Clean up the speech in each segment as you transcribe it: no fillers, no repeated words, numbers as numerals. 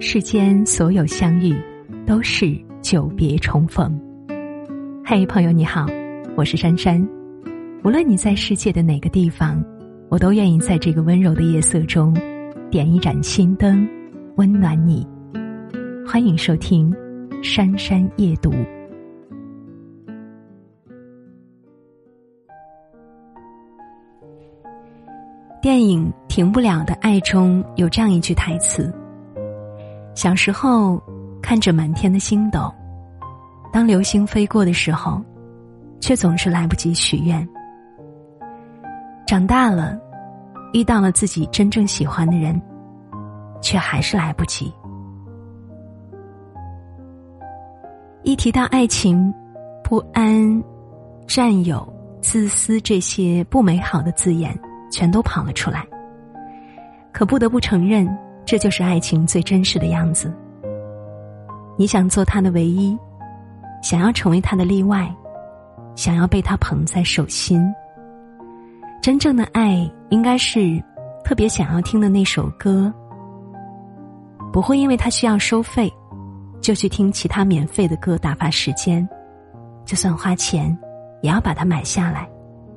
世间所有相遇，都是久别重逢。嘿，朋友你好，我是珊珊。无论你在世界的哪个地方，我都愿意在这个温柔的夜色中，点一盏心灯，温暖你。欢迎收听珊珊夜读。电影《停不了的爱》中有这样一句台词：小时候看着满天的星斗，当流星飞过的时候，却总是来不及许愿。长大了，遇到了自己真正喜欢的人，却还是来不及。一提到爱情，不安、占有、自私这些不美好的字眼全都跑了出来。可不得不承认，这就是爱情最真实的样子。你想做他的唯一，想要成为他的例外，想要被他捧在手心。真正的爱应该是特别想要听的那首歌，不会因为他需要收费就去听其他免费的歌打发时间，就算花钱也要把它买下来。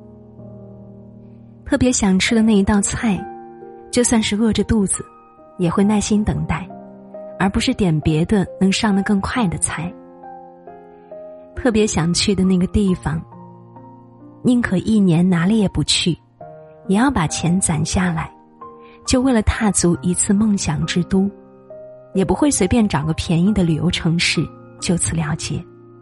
特别想吃的那一道菜，就算是饿着肚子也会耐心等待，而不是点别的能上得更快的菜。特别想去的那个地方，宁可1年哪里也不去，也要把钱攒下来，就为了踏足一次梦想之都，也不会随便找个便宜的旅游城市就此了结。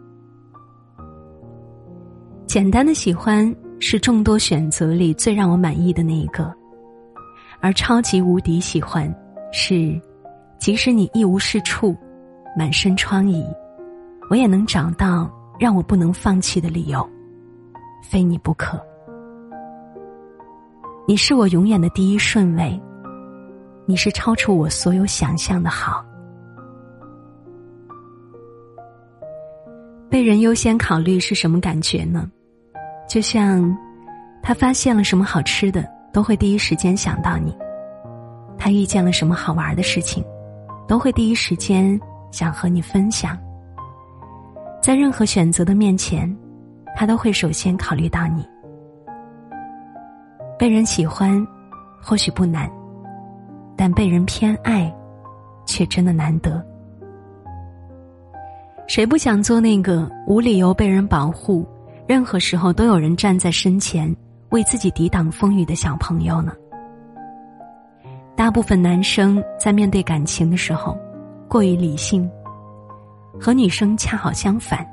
简单的喜欢是众多选择里最让我满意的那一个，而超级无敌喜欢是即使你一无是处，满身疮痍，我也能找到让我不能放弃的理由，非你不可。你是我永远的第一顺位，你是超出我所有想象的好。被人优先考虑是什么感觉呢？就像他发现了什么好吃的，都会第一时间想到你；他遇见了什么好玩的事情，都会第一时间想和你分享。在任何选择的面前，他都会首先考虑到你。被人喜欢或许不难，但被人偏爱却真的难得。谁不想做那个无理由被人保护，任何时候都有人站在身前为自己抵挡风雨的小朋友呢？大部分男生在面对感情的时候过于理性，和女生恰好相反。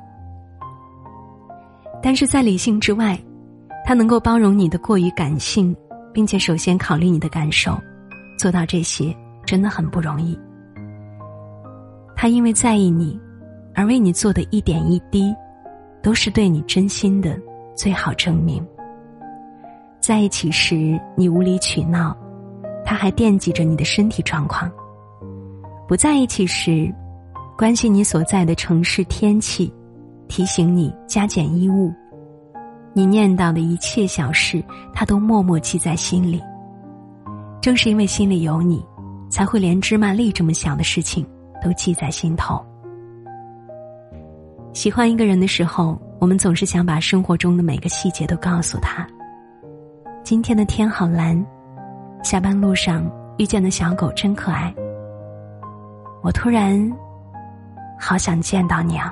但是在理性之外，他能够包容你的过于感性，并且首先考虑你的感受，做到这些真的很不容易。他因为在意你而为你做的一点一滴，都是对你真心的最好证明。在一起时你无理取闹，他还惦记着你的身体状况；不在一起时，关心你所在的城市天气，提醒你加减衣物。你念叨的一切小事，他都默默记在心里。正是因为心里有你，才会连芝麻粒这么小的事情都记在心头。喜欢一个人的时候，我们总是想把生活中的每个细节都告诉他。今天的天好蓝，下班路上遇见的小狗真可爱，我突然好想见到你啊。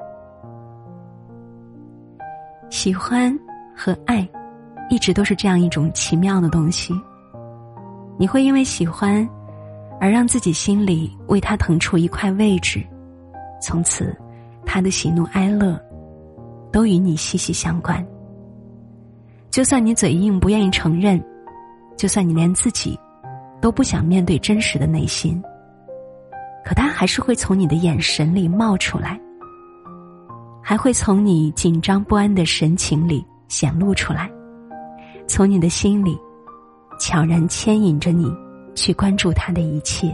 喜欢和爱一直都是这样一种奇妙的东西。你会因为喜欢而让自己心里为他腾出一块位置，从此他的喜怒哀乐都与你息息相关。就算你嘴硬不愿意承认，就算你连自己都不想面对真实的内心，可他还是会从你的眼神里冒出来，还会从你紧张不安的神情里显露出来，从你的心里悄然牵引着你去关注他的一切。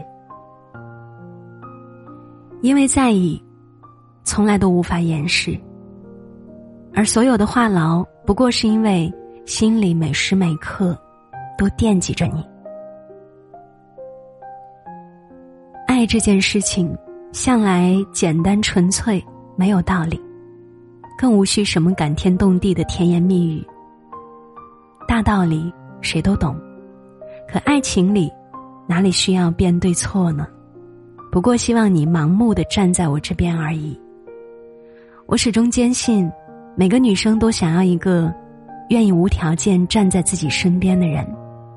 因为在意，从来都无法掩饰，而所有的话痨不过是因为心里每时每刻都惦记着你。爱爱这件事情向来简单纯粹，没有道理，更无需什么感天动地的甜言蜜语。大道理谁都懂，可爱情里哪里需要辩对错呢？不过希望你盲目地站在我这边而已。我始终坚信，每个女生都想要一个愿意无条件站在自己身边的人。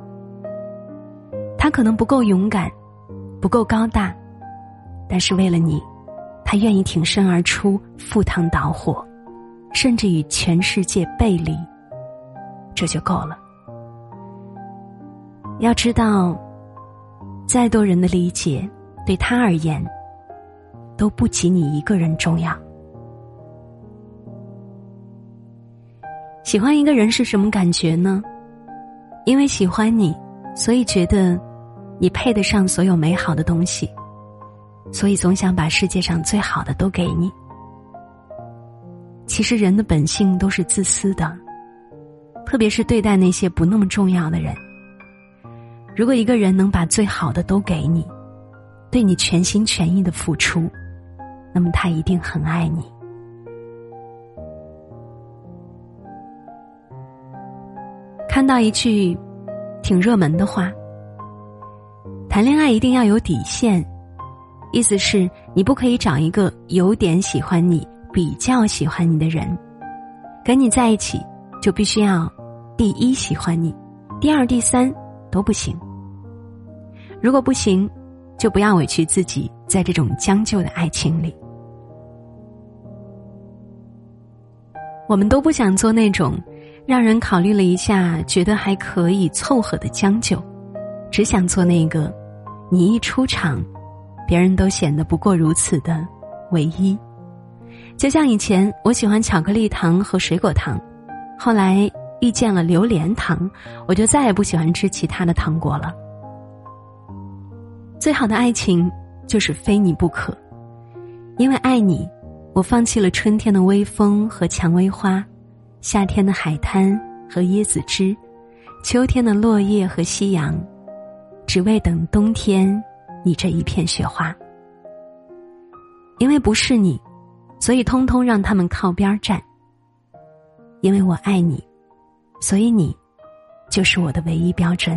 他可能不够勇敢，不够高大，但是为了你，他愿意挺身而出，赴汤蹈火，甚至与全世界背离，这就够了。要知道，再多人的理解，对他而言，都不及你一个人重要。喜欢一个人是什么感觉呢？因为喜欢你，所以觉得你配得上所有美好的东西，所以总想把世界上最好的都给你。其实人的本性都是自私的，特别是对待那些不那么重要的人。如果一个人能把最好的都给你，对你全心全意的付出，那么他一定很爱你。看到一句挺热门的话，谈恋爱一定要有底线，意思是你不可以找一个有点喜欢你、比较喜欢你的人，跟你在一起就必须要第一喜欢你，第二、第三都不行。如果不行，就不要委屈自己在这种将就的爱情里。我们都不想做那种让人考虑了一下觉得还可以凑合的将就，只想做那个你一出场别人都显得不过如此的唯一。就像以前我喜欢巧克力糖和水果糖，后来遇见了榴莲糖，我就再也不喜欢吃其他的糖果了。最好的爱情就是非你不可，因为爱你，我放弃了春天的微风和蔷薇花，夏天的海滩和椰子汁，秋天的落叶和夕阳，只为等冬天你这一片雪花。因为不是你，所以通通让他们靠边站。因为我爱你，所以你就是我的唯一标准。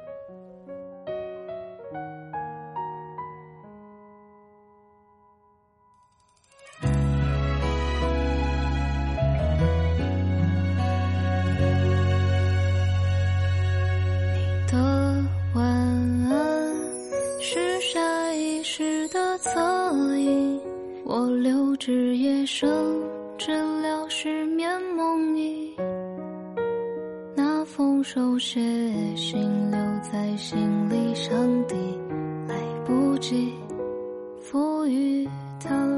我留至夜深，治疗失眠梦呓。那封手写信留在行李箱底，来不及赋予它